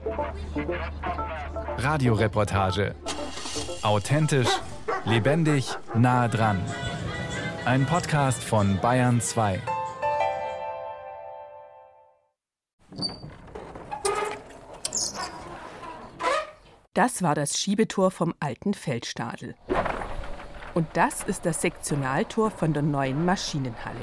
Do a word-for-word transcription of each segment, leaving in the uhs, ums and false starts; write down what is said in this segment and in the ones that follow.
Radioreportage. Authentisch, lebendig, nah dran. Ein Podcast von Bayern zwei. Das war das Schiebetor vom alten Feldstadel. Und das ist das Sektionaltor von der neuen Maschinenhalle.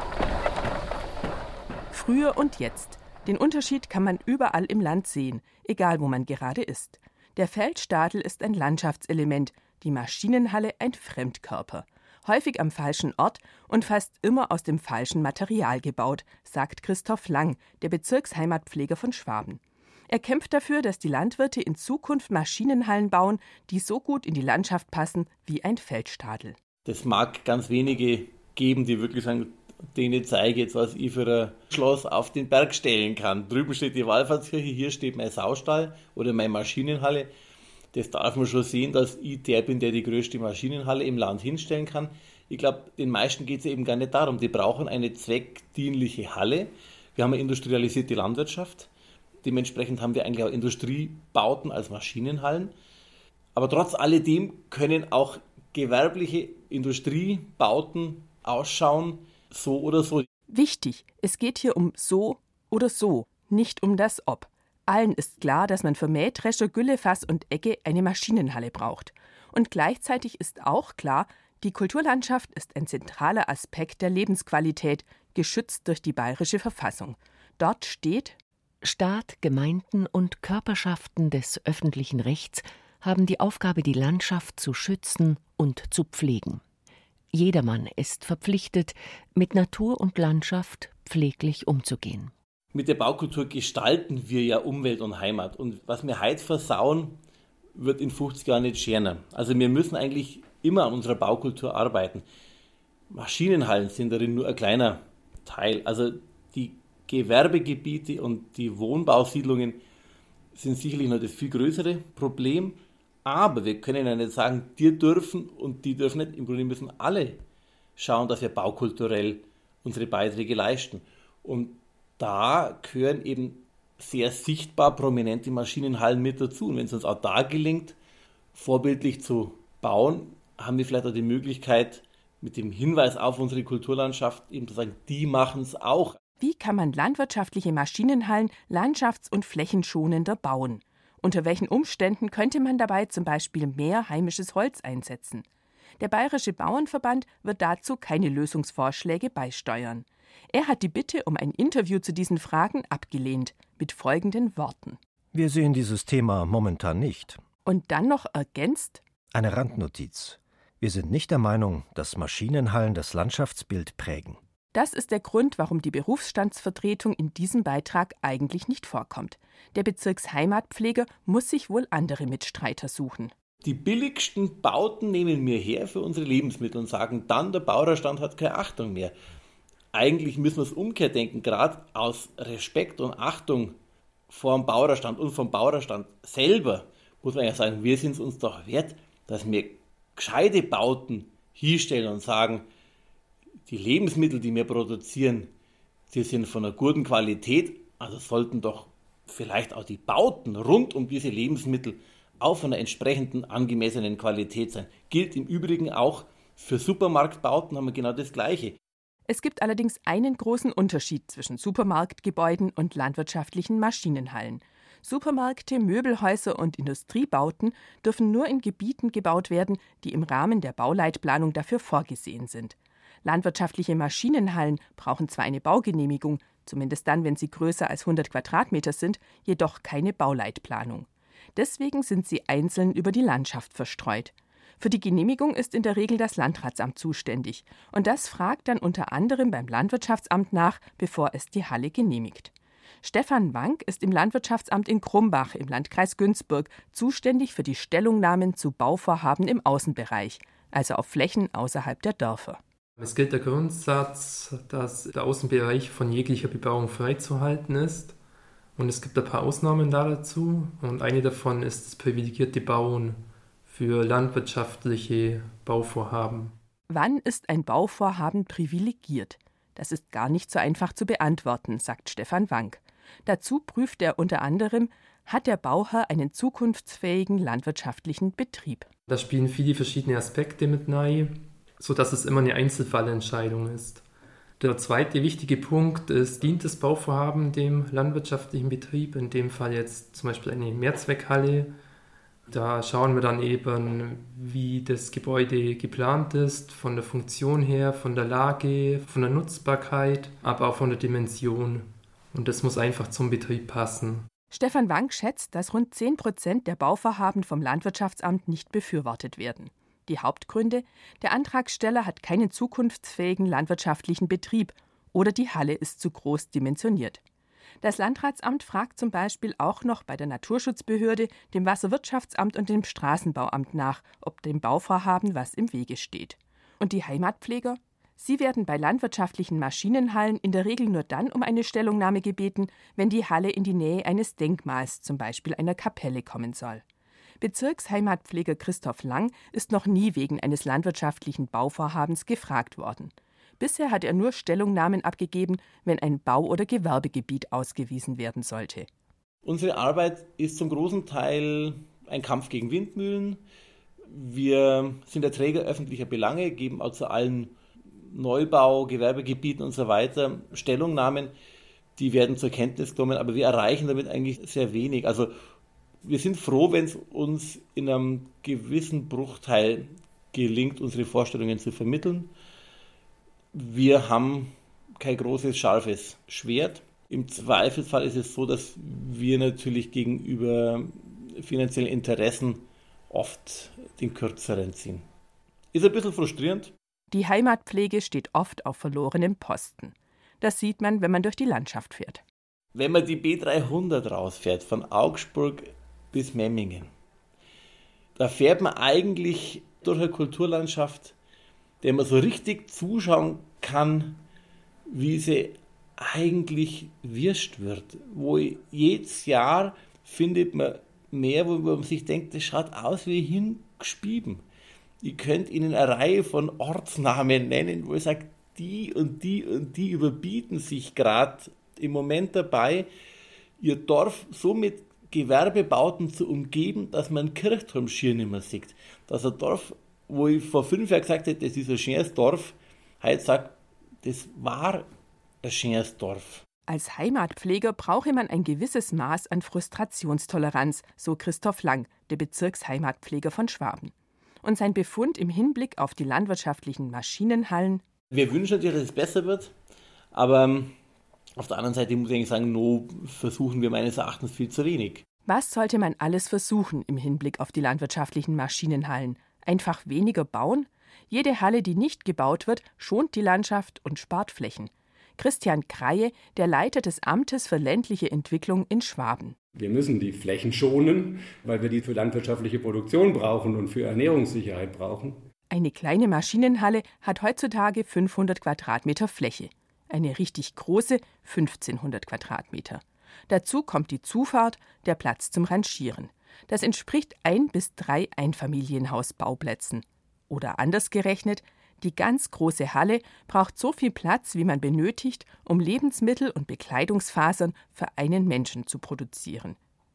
Früher und jetzt. Den Unterschied kann man überall im Land sehen, egal wo man gerade ist. Der Feldstadel ist ein Landschaftselement, die Maschinenhalle ein Fremdkörper. Häufig am falschen Ort und fast immer aus dem falschen Material gebaut, sagt Christoph Lang, der Bezirksheimatpfleger von Schwaben. Er kämpft dafür, dass die Landwirte in Zukunft Maschinenhallen bauen, die so gut in die Landschaft passen wie ein Feldstadel. Das mag ganz wenige geben, die wirklich sagen, denen zeige jetzt, was ich für ein Schloss auf den Berg stellen kann. Drüben steht die Wallfahrtskirche, hier steht mein Saustall oder meine Maschinenhalle. Das darf man schon sehen, dass ich der bin, der die größte Maschinenhalle im Land hinstellen kann. Ich glaube, den meisten geht es eben gar nicht darum. Die brauchen eine zweckdienliche Halle. Wir haben eine industrialisierte Landwirtschaft. Dementsprechend haben wir eigentlich auch Industriebauten als Maschinenhallen. Aber trotz alledem können auch gewerbliche Industriebauten ausschauen, so oder so. Wichtig, es geht hier um so oder so, nicht um das Ob. Allen ist klar, dass man für Mähdrescher, Güllefass und Egge eine Maschinenhalle braucht. Und gleichzeitig ist auch klar, die Kulturlandschaft ist ein zentraler Aspekt der Lebensqualität, geschützt durch die Bayerische Verfassung. Dort steht: Staat, Gemeinden und Körperschaften des öffentlichen Rechts haben die Aufgabe, die Landschaft zu schützen und zu pflegen. Jedermann ist verpflichtet, mit Natur und Landschaft pfleglich umzugehen. Mit der Baukultur gestalten wir ja Umwelt und Heimat. Und was wir heute versauen, wird in fünfzig Jahren nicht schöner. Also wir müssen eigentlich immer an unserer Baukultur arbeiten. Maschinenhallen sind darin nur ein kleiner Teil. Also die Gewerbegebiete und die Wohnbausiedlungen sind sicherlich noch das viel größere Problem. Aber wir können ja nicht sagen, die dürfen und die dürfen nicht. Im Grunde müssen alle schauen, dass wir baukulturell unsere Beiträge leisten. Und da gehören eben sehr sichtbar prominente Maschinenhallen mit dazu. Und wenn es uns auch da gelingt, vorbildlich zu bauen, haben wir vielleicht auch die Möglichkeit, mit dem Hinweis auf unsere Kulturlandschaft eben zu sagen, die machen es auch. Wie kann man landwirtschaftliche Maschinenhallen landschafts- und flächenschonender bauen? Unter welchen Umständen könnte man dabei zum Beispiel mehr heimisches Holz einsetzen? Der Bayerische Bauernverband wird dazu keine Lösungsvorschläge beisteuern. Er hat die Bitte um ein Interview zu diesen Fragen abgelehnt, mit folgenden Worten: Wir sehen dieses Thema momentan nicht. Und dann noch ergänzt: Eine Randnotiz. Wir sind nicht der Meinung, dass Maschinenhallen das Landschaftsbild prägen. Das ist der Grund, warum die Berufsstandsvertretung in diesem Beitrag eigentlich nicht vorkommt. Der Bezirksheimatpfleger muss sich wohl andere Mitstreiter suchen. Die billigsten Bauten nehmen wir her für unsere Lebensmittel und sagen dann, der Bauerstand hat keine Achtung mehr. Eigentlich müssen wir es umgekehrt denken, gerade aus Respekt und Achtung vor dem Bauerstand und vom Bauerstand selber, muss man ja sagen, wir sind es uns doch wert, dass wir gescheite Bauten hinstellen und sagen, die Lebensmittel, die wir produzieren, die sind von einer guten Qualität, also sollten doch vielleicht auch die Bauten rund um diese Lebensmittel auch von einer entsprechenden angemessenen Qualität sein. Gilt im Übrigen auch für Supermarktbauten, haben wir genau das Gleiche. Es gibt allerdings einen großen Unterschied zwischen Supermarktgebäuden und landwirtschaftlichen Maschinenhallen. Supermärkte, Möbelhäuser und Industriebauten dürfen nur in Gebieten gebaut werden, die im Rahmen der Bauleitplanung dafür vorgesehen sind. Landwirtschaftliche Maschinenhallen brauchen zwar eine Baugenehmigung, zumindest dann, wenn sie größer als hundert Quadratmeter sind, jedoch keine Bauleitplanung. Deswegen sind sie einzeln über die Landschaft verstreut. Für die Genehmigung ist in der Regel das Landratsamt zuständig. Und das fragt dann unter anderem beim Landwirtschaftsamt nach, bevor es die Halle genehmigt. Stefan Wank ist im Landwirtschaftsamt in Krumbach im Landkreis Günzburg zuständig für die Stellungnahmen zu Bauvorhaben im Außenbereich, also auf Flächen außerhalb der Dörfer. Es gilt der Grundsatz, dass der Außenbereich von jeglicher Bebauung freizuhalten ist. Und es gibt ein paar Ausnahmen dazu. Und eine davon ist das privilegierte Bauen für landwirtschaftliche Bauvorhaben. Wann ist ein Bauvorhaben privilegiert? Das ist gar nicht so einfach zu beantworten, sagt Stefan Wank. Dazu prüft er unter anderem, hat der Bauherr einen zukunftsfähigen landwirtschaftlichen Betrieb? Da spielen viele verschiedene Aspekte mit rein, sodass es immer eine Einzelfallentscheidung ist. Der zweite wichtige Punkt ist, dient das Bauvorhaben dem landwirtschaftlichen Betrieb, in dem Fall jetzt zum Beispiel eine Mehrzweckhalle. Da schauen wir dann eben, wie das Gebäude geplant ist, von der Funktion her, von der Lage, von der Nutzbarkeit, aber auch von der Dimension. Und das muss einfach zum Betrieb passen. Stefan Wank schätzt, dass rund zehn Prozent der Bauvorhaben vom Landwirtschaftsamt nicht befürwortet werden. Die Hauptgründe: Der Antragsteller hat keinen zukunftsfähigen landwirtschaftlichen Betrieb oder die Halle ist zu groß dimensioniert. Das Landratsamt fragt zum Beispiel auch noch bei der Naturschutzbehörde, dem Wasserwirtschaftsamt und dem Straßenbauamt nach, ob dem Bauvorhaben was im Wege steht. Und die Heimatpfleger? Sie werden bei landwirtschaftlichen Maschinenhallen in der Regel nur dann um eine Stellungnahme gebeten, wenn die Halle in die Nähe eines Denkmals, zum Beispiel einer Kapelle, kommen soll. Bezirksheimatpfleger Christoph Lang ist noch nie wegen eines landwirtschaftlichen Bauvorhabens gefragt worden. Bisher hat er nur Stellungnahmen abgegeben, wenn ein Bau- oder Gewerbegebiet ausgewiesen werden sollte. Unsere Arbeit ist zum großen Teil ein Kampf gegen Windmühlen. Wir sind der Träger öffentlicher Belange, geben auch zu allen Neubau-, Gewerbegebieten und so weiter Stellungnahmen. Die werden zur Kenntnis genommen, aber wir erreichen damit eigentlich sehr wenig. Also wir sind froh, wenn es uns in einem gewissen Bruchteil gelingt, unsere Vorstellungen zu vermitteln. Wir haben kein großes, scharfes Schwert. Im Zweifelsfall ist es so, dass wir natürlich gegenüber finanziellen Interessen oft den Kürzeren ziehen. Ist ein bisschen frustrierend. Die Heimatpflege steht oft auf verlorenem Posten. Das sieht man, wenn man durch die Landschaft fährt. Wenn man die B dreihundert rausfährt, von Augsburg bis Memmingen, da fährt man eigentlich durch eine Kulturlandschaft, der man so richtig zuschauen kann, wie sie eigentlich wirscht wird. Wo jedes Jahr findet man mehr, wo man sich denkt, das schaut aus wie hingespieben. Ich könnte Ihnen eine Reihe von Ortsnamen nennen, wo ich sage, die und die und die überbieten sich gerade im Moment dabei, ihr Dorf so mit Gewerbebauten zu umgeben, dass man einen Kirchturm schier nicht mehr sieht. Dass ein Dorf, wo ich vor fünf Jahren gesagt hätte, das ist ein schönes Dorf, heute sagt, das war ein schönes Dorf. Als Heimatpfleger brauche man ein gewisses Maß an Frustrationstoleranz, so Christoph Lang, der Bezirksheimatpfleger von Schwaben. Und sein Befund im Hinblick auf die landwirtschaftlichen Maschinenhallen: Wir wünschen natürlich, dass es besser wird, aber auf der anderen Seite muss ich eigentlich sagen, no, versuchen wir meines Erachtens viel zu wenig. Was sollte man alles versuchen im Hinblick auf die landwirtschaftlichen Maschinenhallen? Einfach weniger bauen? Jede Halle, die nicht gebaut wird, schont die Landschaft und spart Flächen. Christian Kreie, der Leiter des Amtes für ländliche Entwicklung in Schwaben. Wir müssen die Flächen schonen, weil wir die für landwirtschaftliche Produktion brauchen und für Ernährungssicherheit brauchen. Eine kleine Maschinenhalle hat heutzutage fünfhundert Quadratmeter Fläche. Eine richtig große fünfzehnhundert Quadratmeter. Dazu kommt die Zufahrt, der Platz zum Rangieren. Das entspricht ein bis drei Einfamilienhausbauplätzen. Oder anders gerechnet, die ganz große Halle braucht so viel Platz, wie man benötigt, um Lebensmittel und Bekleidungsfasern für einen Menschen zu produzieren.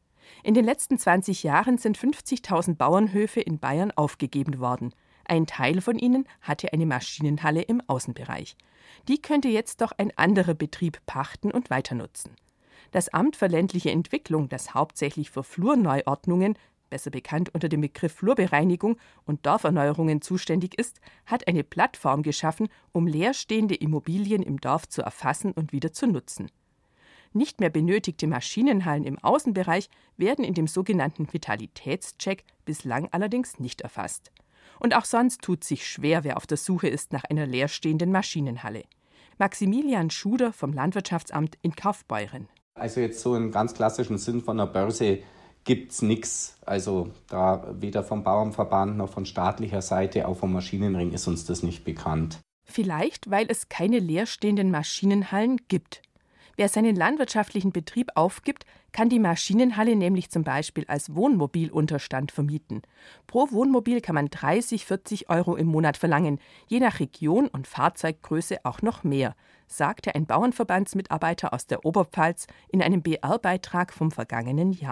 In den letzten zwanzig Jahren sind fünfzigtausend Bauernhöfe in Bayern aufgegeben worden. Ein Teil von ihnen hatte eine Maschinenhalle im Außenbereich. Die könnte jetzt doch ein anderer Betrieb pachten und weiternutzen. Das Amt für ländliche Entwicklung, das hauptsächlich für Flurneuordnungen, besser bekannt unter dem Begriff Flurbereinigung und Dorferneuerungen zuständig ist, hat eine Plattform geschaffen, um leerstehende Immobilien im Dorf zu erfassen und wieder zu nutzen. Nicht mehr benötigte Maschinenhallen im Außenbereich werden in dem sogenannten Vitalitätscheck bislang allerdings nicht erfasst. Und auch sonst tut sich schwer, wer auf der Suche ist nach einer leerstehenden Maschinenhalle. Maximilian Schuder vom Landwirtschaftsamt in Kaufbeuren. Also jetzt so im ganz klassischen Sinn von einer Börse gibt es nichts. Also da weder vom Bauernverband noch von staatlicher Seite, auch vom Maschinenring ist uns das nicht bekannt. Vielleicht, weil es keine leerstehenden Maschinenhallen gibt. Wer seinen landwirtschaftlichen Betrieb aufgibt, kann die Maschinenhalle nämlich zum Beispiel als Wohnmobilunterstand vermieten. Pro Wohnmobil kann man dreißig, vierzig Euro im Monat verlangen, je nach Region und Fahrzeuggröße auch noch mehr, sagte ein Bauernverbandsmitarbeiter aus der Oberpfalz in einem B R-Beitrag vom vergangenen Jahr.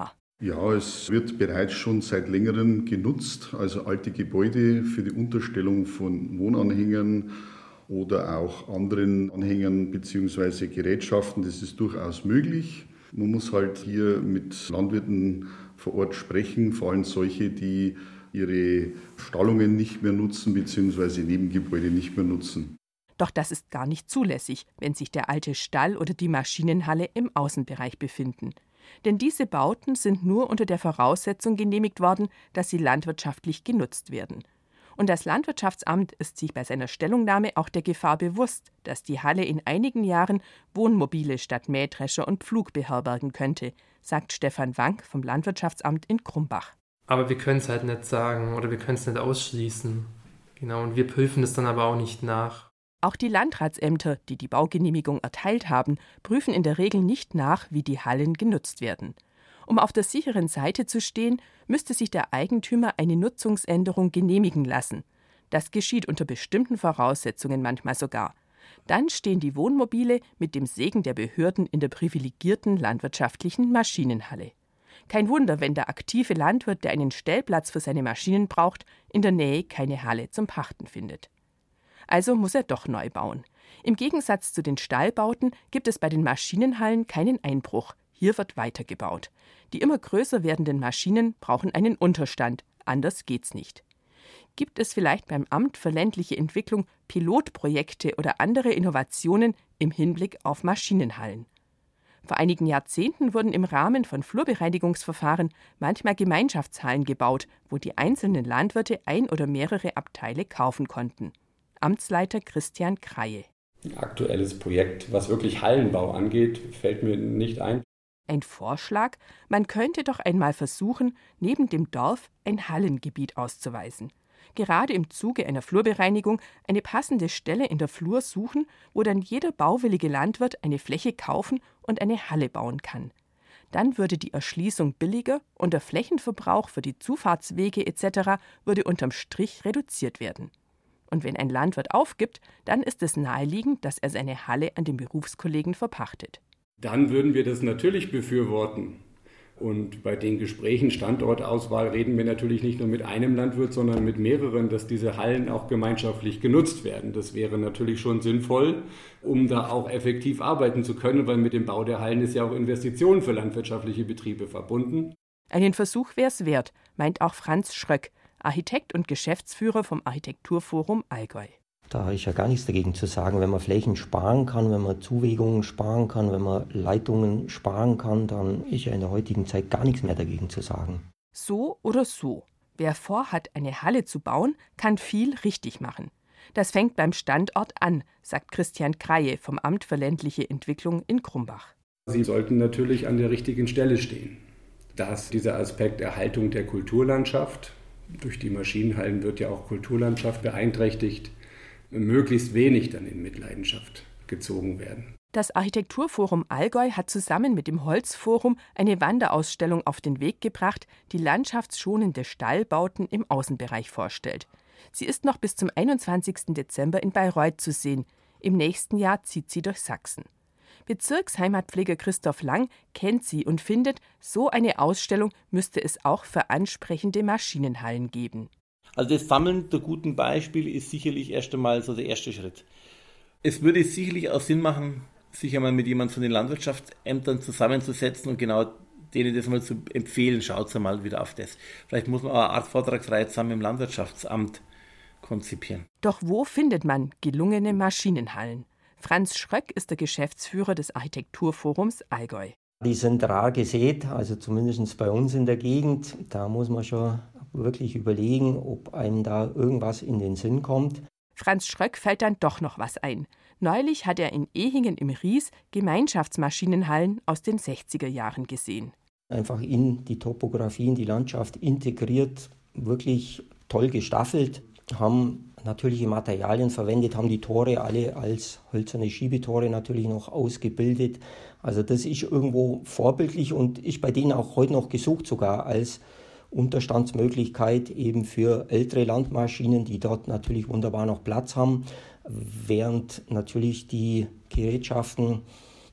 Ja, es wird bereits schon seit längerem genutzt, also alte Gebäude für die Unterstellung von Wohnanhängern oder auch anderen Anhängern bzw. Gerätschaften. Das ist durchaus möglich. Man muss halt hier mit Landwirten vor Ort sprechen, vor allem solche, die ihre Stallungen nicht mehr nutzen bzw. Nebengebäude nicht mehr nutzen. Doch das ist gar nicht zulässig, wenn sich der alte Stall oder die Maschinenhalle im Außenbereich befinden. Denn diese Bauten sind nur unter der Voraussetzung genehmigt worden, dass sie landwirtschaftlich genutzt werden. Und das Landwirtschaftsamt ist sich bei seiner Stellungnahme auch der Gefahr bewusst, dass die Halle in einigen Jahren Wohnmobile statt Mähdrescher und Pflug beherbergen könnte, sagt Stefan Wank vom Landwirtschaftsamt in Krumbach. Aber wir können es halt nicht sagen oder wir können es nicht ausschließen. Genau, und wir prüfen es dann aber auch nicht nach. Auch die Landratsämter, die die Baugenehmigung erteilt haben, prüfen in der Regel nicht nach, wie die Hallen genutzt werden. Um auf der sicheren Seite zu stehen, müsste sich der Eigentümer eine Nutzungsänderung genehmigen lassen. Das geschieht unter bestimmten Voraussetzungen manchmal sogar. Dann stehen die Wohnmobile mit dem Segen der Behörden in der privilegierten landwirtschaftlichen Maschinenhalle. Kein Wunder, wenn der aktive Landwirt, der einen Stellplatz für seine Maschinen braucht, in der Nähe keine Halle zum Pachten findet. Also muss er doch neu bauen. Im Gegensatz zu den Stallbauten gibt es bei den Maschinenhallen keinen Einbruch. Hier wird weitergebaut. Die immer größer werdenden Maschinen brauchen einen Unterstand. Anders geht's nicht. Gibt es vielleicht beim Amt für ländliche Entwicklung Pilotprojekte oder andere Innovationen im Hinblick auf Maschinenhallen? Vor einigen Jahrzehnten wurden im Rahmen von Flurbereinigungsverfahren manchmal Gemeinschaftshallen gebaut, wo die einzelnen Landwirte ein oder mehrere Abteile kaufen konnten. Amtsleiter Christian Kreie. Ein aktuelles Projekt, was wirklich Hallenbau angeht, fällt mir nicht ein. Ein Vorschlag, man könnte doch einmal versuchen, neben dem Dorf ein Hallengebiet auszuweisen. Gerade im Zuge einer Flurbereinigung eine passende Stelle in der Flur suchen, wo dann jeder bauwillige Landwirt eine Fläche kaufen und eine Halle bauen kann. Dann würde die Erschließung billiger und der Flächenverbrauch für die Zufahrtswege et cetera würde unterm Strich reduziert werden. Und wenn ein Landwirt aufgibt, dann ist es naheliegend, dass er seine Halle an den Berufskollegen verpachtet. Dann würden wir das natürlich befürworten. Und bei den Gesprächen Standortauswahl reden wir natürlich nicht nur mit einem Landwirt, sondern mit mehreren, dass diese Hallen auch gemeinschaftlich genutzt werden. Das wäre natürlich schon sinnvoll, um da auch effektiv arbeiten zu können, weil mit dem Bau der Hallen ist ja auch Investitionen für landwirtschaftliche Betriebe verbunden. Einen Versuch wäre es wert, meint auch Franz Schröck, Architekt und Geschäftsführer vom Architekturforum Allgäu. Da ist ja gar nichts dagegen zu sagen, wenn man Flächen sparen kann, wenn man Zuwegungen sparen kann, wenn man Leitungen sparen kann, dann ist ja in der heutigen Zeit gar nichts mehr dagegen zu sagen. So oder so. Wer vorhat, eine Halle zu bauen, kann viel richtig machen. Das fängt beim Standort an, sagt Christian Kreie vom Amt für ländliche Entwicklung in Krumbach. Sie sollten natürlich an der richtigen Stelle stehen. Dass dieser Aspekt Erhaltung der Kulturlandschaft, durch die Maschinenhallen wird ja auch Kulturlandschaft beeinträchtigt, möglichst wenig dann in Mitleidenschaft gezogen werden. Das Architekturforum Allgäu hat zusammen mit dem Holzforum eine Wanderausstellung auf den Weg gebracht, die landschaftsschonende Stallbauten im Außenbereich vorstellt. Sie ist noch bis zum einundzwanzigsten Dezember in Bayreuth zu sehen. Im nächsten Jahr zieht sie durch Sachsen. Bezirksheimatpfleger Christoph Lang kennt sie und findet, so eine Ausstellung müsste es auch für ansprechende Maschinenhallen geben. Also das Sammeln der guten Beispiele ist sicherlich erst einmal so der erste Schritt. Es würde sicherlich auch Sinn machen, sich einmal mit jemandem von den Landwirtschaftsämtern zusammenzusetzen und genau denen das mal zu empfehlen, schaut mal wieder auf das. Vielleicht muss man auch eine Art Vortragsreihe zusammen im Landwirtschaftsamt konzipieren. Doch wo findet man gelungene Maschinenhallen? Franz Schröck ist der Geschäftsführer des Architekturforums Allgäu. Die sind rar gesät, also zumindest bei uns in der Gegend. Da muss man schon wirklich überlegen, ob einem da irgendwas in den Sinn kommt. Franz Schröck fällt dann doch noch was ein. Neulich hat er in Ehingen im Ries Gemeinschaftsmaschinenhallen aus den sechziger Jahren gesehen. Einfach in die Topografie, in die Landschaft integriert, wirklich toll gestaffelt, haben natürliche Materialien verwendet, haben die Tore alle als hölzerne Schiebetore natürlich noch ausgebildet. Also das ist irgendwo vorbildlich und ist bei denen auch heute noch gesucht, sogar als Unterstandsmöglichkeit eben für ältere Landmaschinen, die dort natürlich wunderbar noch Platz haben, während natürlich die Gerätschaften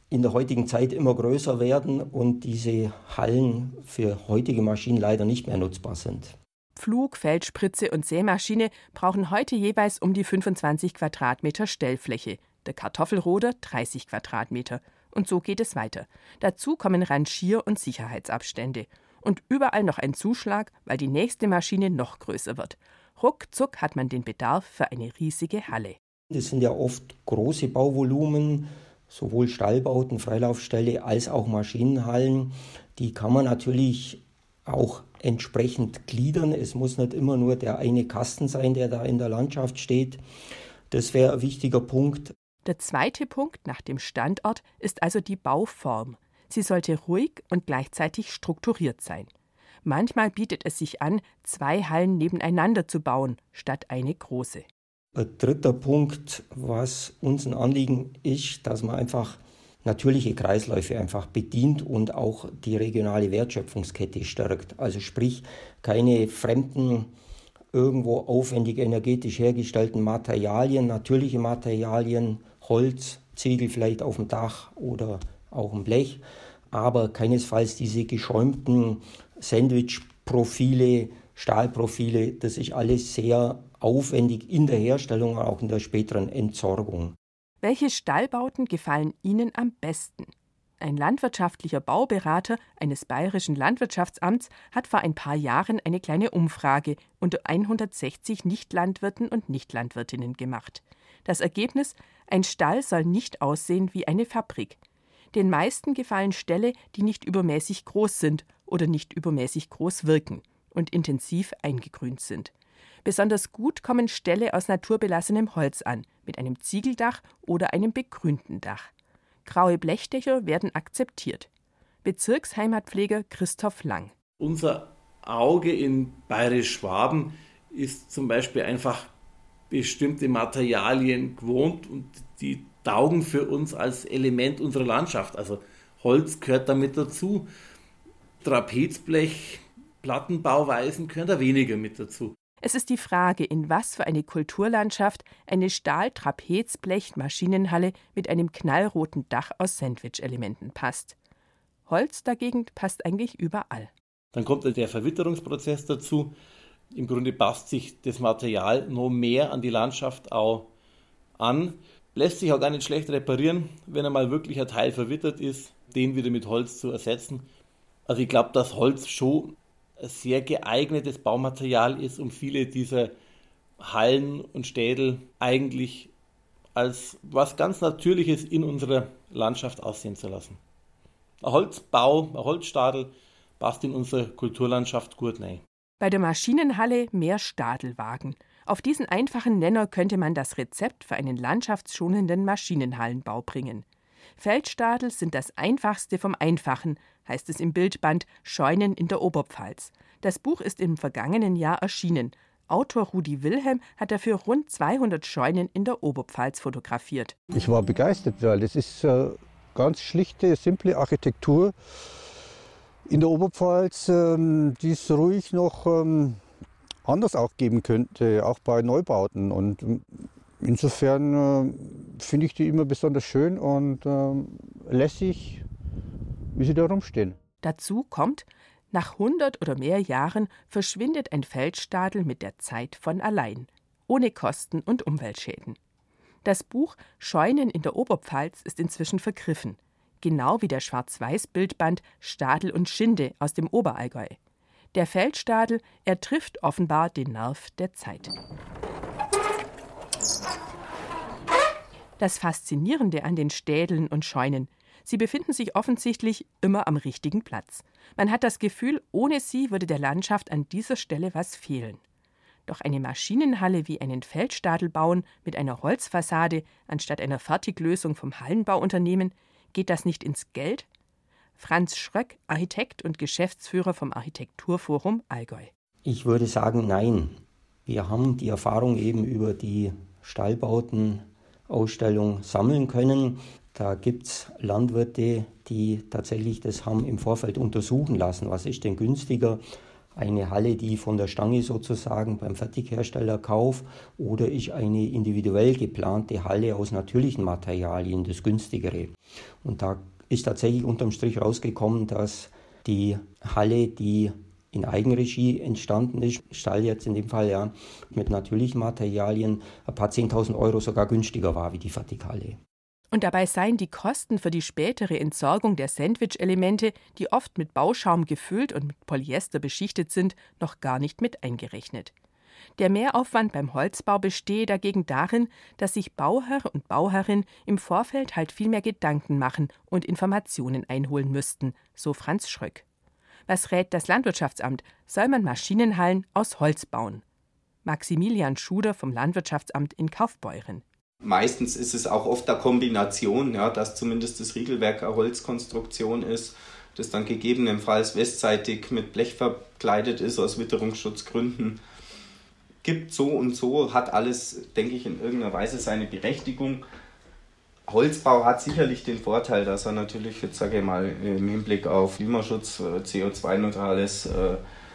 in der heutigen Zeit immer größer werden und diese Hallen für heutige Maschinen leider nicht mehr nutzbar sind. Pflug, Feldspritze und Sämaschine brauchen heute jeweils um die fünfundzwanzig Quadratmeter Stellfläche, der Kartoffelroder dreißig Quadratmeter. Und so geht es weiter. Dazu kommen Rangier- und Sicherheitsabstände. Und überall noch ein Zuschlag, weil die nächste Maschine noch größer wird. Ruckzuck hat man den Bedarf für eine riesige Halle. Das sind ja oft große Bauvolumen, sowohl Stallbauten, Freilaufställe als auch Maschinenhallen. Die kann man natürlich auch entsprechend gliedern. Es muss nicht immer nur der eine Kasten sein, der da in der Landschaft steht. Das wäre ein wichtiger Punkt. Der zweite Punkt nach dem Standort ist also die Bauform. Sie sollte ruhig und gleichzeitig strukturiert sein. Manchmal bietet es sich an, zwei Hallen nebeneinander zu bauen, statt eine große. Ein dritter Punkt, was uns ein Anliegen ist, dass man einfach natürliche Kreisläufe einfach bedient und auch die regionale Wertschöpfungskette stärkt. Also sprich, keine fremden, irgendwo aufwendig energetisch hergestellten Materialien, natürliche Materialien, Holz, Ziegel vielleicht auf dem Dach oder auch ein Blech, aber keinesfalls diese geschäumten Sandwich-Profile, Stahlprofile, das ist alles sehr aufwendig in der Herstellung und auch in der späteren Entsorgung. Welche Stallbauten gefallen Ihnen am besten? Ein landwirtschaftlicher Bauberater eines bayerischen Landwirtschaftsamts hat vor ein paar Jahren eine kleine Umfrage unter hundertsechzig Nichtlandwirten und Nichtlandwirtinnen gemacht. Das Ergebnis: Ein Stall soll nicht aussehen wie eine Fabrik. Den meisten gefallen Ställe, die nicht übermäßig groß sind oder nicht übermäßig groß wirken und intensiv eingegrünt sind. Besonders gut kommen Ställe aus naturbelassenem Holz an, mit einem Ziegeldach oder einem begrünten Dach. Graue Blechdächer werden akzeptiert. Bezirksheimatpfleger Christoph Lang. Unser Auge in Bayerisch-Schwaben ist zum Beispiel einfach bestimmte Materialien gewohnt und die taugen für uns als Element unserer Landschaft. Also Holz gehört damit dazu. Trapezblech, Plattenbauweisen gehören da weniger mit dazu. Es ist die Frage, in was für eine Kulturlandschaft eine Stahl-Trapezblech-Maschinenhalle mit einem knallroten Dach aus Sandwich-Elementen passt. Holz dagegen passt eigentlich überall. Dann kommt der Verwitterungsprozess dazu. Im Grunde passt sich das Material noch mehr an die Landschaft auch an. Lässt sich auch gar nicht schlecht reparieren, wenn einmal wirklich ein Teil verwittert ist, den wieder mit Holz zu ersetzen. Also ich glaube, dass Holz schon ein sehr geeignetes Baumaterial ist, um viele dieser Hallen und Städel eigentlich als was ganz Natürliches in unserer Landschaft aussehen zu lassen. Ein Holzbau, ein Holzstadel passt in unsere Kulturlandschaft gut rein. Bei der Maschinenhalle mehr Stadelwagen. Auf diesen einfachen Nenner könnte man das Rezept für einen landschaftsschonenden Maschinenhallenbau bringen. Feldstadel sind das Einfachste vom Einfachen, heißt es im Bildband Scheunen in der Oberpfalz. Das Buch ist im vergangenen Jahr erschienen. Autor Rudi Wilhelm hat dafür rund zweihundert Scheunen in der Oberpfalz fotografiert. Ich war begeistert, weil das ist äh, ganz schlichte, simple Architektur in der Oberpfalz, ähm, die es ruhig noch ähm, anders auch geben könnte, auch bei Neubauten. Und ähm, insofern äh, finde ich die immer besonders schön und äh, lässig, wie sie da rumstehen. Dazu kommt, nach hundert oder mehr Jahren verschwindet ein Feldstadel mit der Zeit von allein, ohne Kosten und Umweltschäden. Das Buch Scheunen in der Oberpfalz ist inzwischen vergriffen, genau wie der Schwarz-Weiß-Bildband Stadel und Schinde aus dem Oberallgäu. Der Feldstadel, er trifft offenbar den Nerv der Zeit. Das Faszinierende an den Städeln und Scheunen: Sie befinden sich offensichtlich immer am richtigen Platz. Man hat das Gefühl, ohne sie würde der Landschaft an dieser Stelle was fehlen. Doch eine Maschinenhalle wie einen Feldstadel bauen mit einer Holzfassade anstatt einer Fertiglösung vom Hallenbauunternehmen, geht das nicht ins Geld? Franz Schröck, Architekt und Geschäftsführer vom Architekturforum Allgäu. Ich würde sagen, nein. Wir haben die Erfahrung eben über die Stallbautenausstellung sammeln können. Da gibt es Landwirte, die tatsächlich das haben im Vorfeld untersuchen lassen. Was ist denn günstiger? Eine Halle, die ich von der Stange sozusagen beim Fertighersteller kaufe, oder ich eine individuell geplante Halle aus natürlichen Materialien, das günstigere. Und da ist tatsächlich unterm Strich rausgekommen, dass die Halle, die in Eigenregie entstanden ist, Stall jetzt in dem Fall ja, mit natürlichen Materialien, ein paar zehntausend Euro sogar günstiger war wie die Fertighalle. Und dabei seien die Kosten für die spätere Entsorgung der Sandwich-Elemente, die oft mit Bauschaum gefüllt und mit Polyester beschichtet sind, noch gar nicht mit eingerechnet. Der Mehraufwand beim Holzbau bestehe dagegen darin, dass sich Bauherr und Bauherrin im Vorfeld halt viel mehr Gedanken machen und Informationen einholen müssten, so Franz Schröck. Was rät das Landwirtschaftsamt? Soll man Maschinenhallen aus Holz bauen? Maximilian Schuder vom Landwirtschaftsamt in Kaufbeuren. Meistens ist es auch oft eine Kombination, ja, dass zumindest das Riegelwerk eine Holzkonstruktion ist, das dann gegebenenfalls westseitig mit Blech verkleidet ist aus Witterungsschutzgründen. Gibt so und so, hat alles, denke ich, in irgendeiner Weise seine Berechtigung. Holzbau hat sicherlich den Vorteil, dass er natürlich, jetzt sage ich mal, im Hinblick auf Klimaschutz, C O zwei neutrales äh,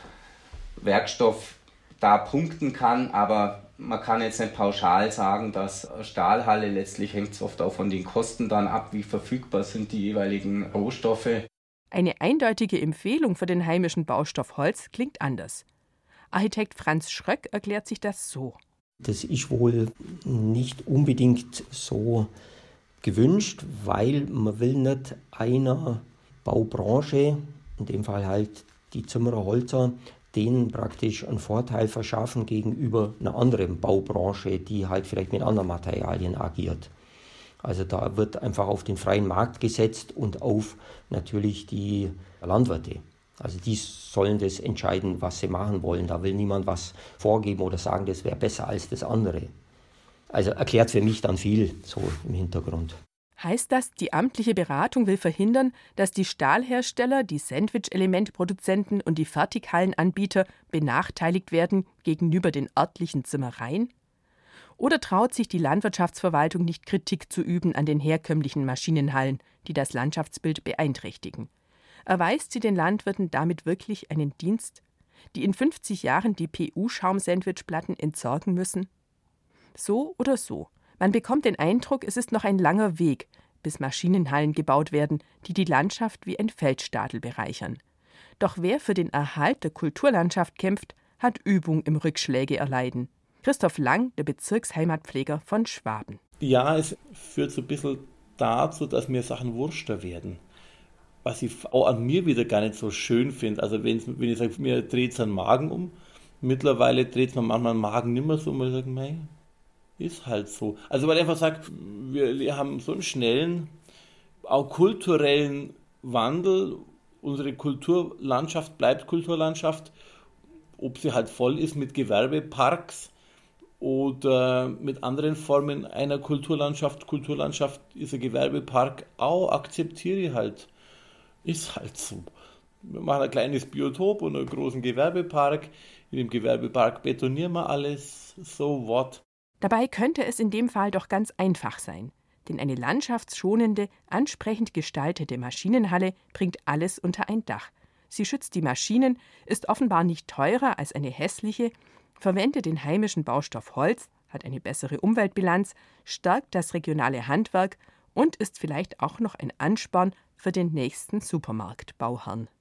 Werkstoff da punkten kann, aber man kann jetzt nicht pauschal sagen, dass Stahlhalle, letztlich hängt es oft auch von den Kosten dann ab, wie verfügbar sind die jeweiligen Rohstoffe. Eine eindeutige Empfehlung für den heimischen Baustoff Holz klingt anders. Architekt Franz Schröck erklärt sich das so. Das ist wohl nicht unbedingt so gewünscht, weil man will nicht einer Baubranche, in dem Fall halt die Zimmerer Holzer, denen praktisch einen Vorteil verschaffen gegenüber einer anderen Baubranche, die halt vielleicht mit anderen Materialien agiert. Also da wird einfach auf den freien Markt gesetzt und auf natürlich die Landwirte. Also die sollen das entscheiden, was sie machen wollen. Da will niemand was vorgeben oder sagen, das wäre besser als das andere. Also erklärt für mich dann viel so im Hintergrund. Heißt das, die amtliche Beratung will verhindern, dass die Stahlhersteller, die Sandwich-Elementproduzenten und die Fertighallenanbieter benachteiligt werden gegenüber den örtlichen Zimmereien? Oder traut sich die Landwirtschaftsverwaltung nicht, Kritik zu üben an den herkömmlichen Maschinenhallen, die das Landschaftsbild beeinträchtigen? Erweist sie den Landwirten damit wirklich einen Dienst, die in fünfzig Jahren die P U-Schaum-Sandwichplatten entsorgen müssen? So oder so. Man bekommt den Eindruck, es ist noch ein langer Weg, bis Maschinenhallen gebaut werden, die die Landschaft wie ein Feldstadel bereichern. Doch wer für den Erhalt der Kulturlandschaft kämpft, hat Übung im Rückschläge erleiden. Christoph Lang, der Bezirksheimatpfleger von Schwaben. Ja, es führt so ein bisschen dazu, dass mir Sachen wurschter werden. Was ich auch an mir wieder gar nicht so schön finde. Also wenn ich sage, mir dreht es einen Magen um, mittlerweile dreht es mir manchmal den Magen nicht mehr so, und ich sage, mei, ist halt so. Also weil ich einfach sage, wir, wir haben so einen schnellen, auch kulturellen Wandel. Unsere Kulturlandschaft bleibt Kulturlandschaft, ob sie halt voll ist mit Gewerbeparks oder mit anderen Formen einer Kulturlandschaft. Kulturlandschaft ist ein Gewerbepark auch, akzeptiere ich halt. Ist halt so. Wir machen ein kleines Biotop und einen großen Gewerbepark. In dem Gewerbepark betonieren wir alles. So what? Dabei könnte es in dem Fall doch ganz einfach sein. Denn eine landschaftsschonende, ansprechend gestaltete Maschinenhalle bringt alles unter ein Dach. Sie schützt die Maschinen, ist offenbar nicht teurer als eine hässliche, verwendet den heimischen Baustoff Holz, hat eine bessere Umweltbilanz, stärkt das regionale Handwerk und ist vielleicht auch noch ein Ansporn für den nächsten Supermarktbauherrn.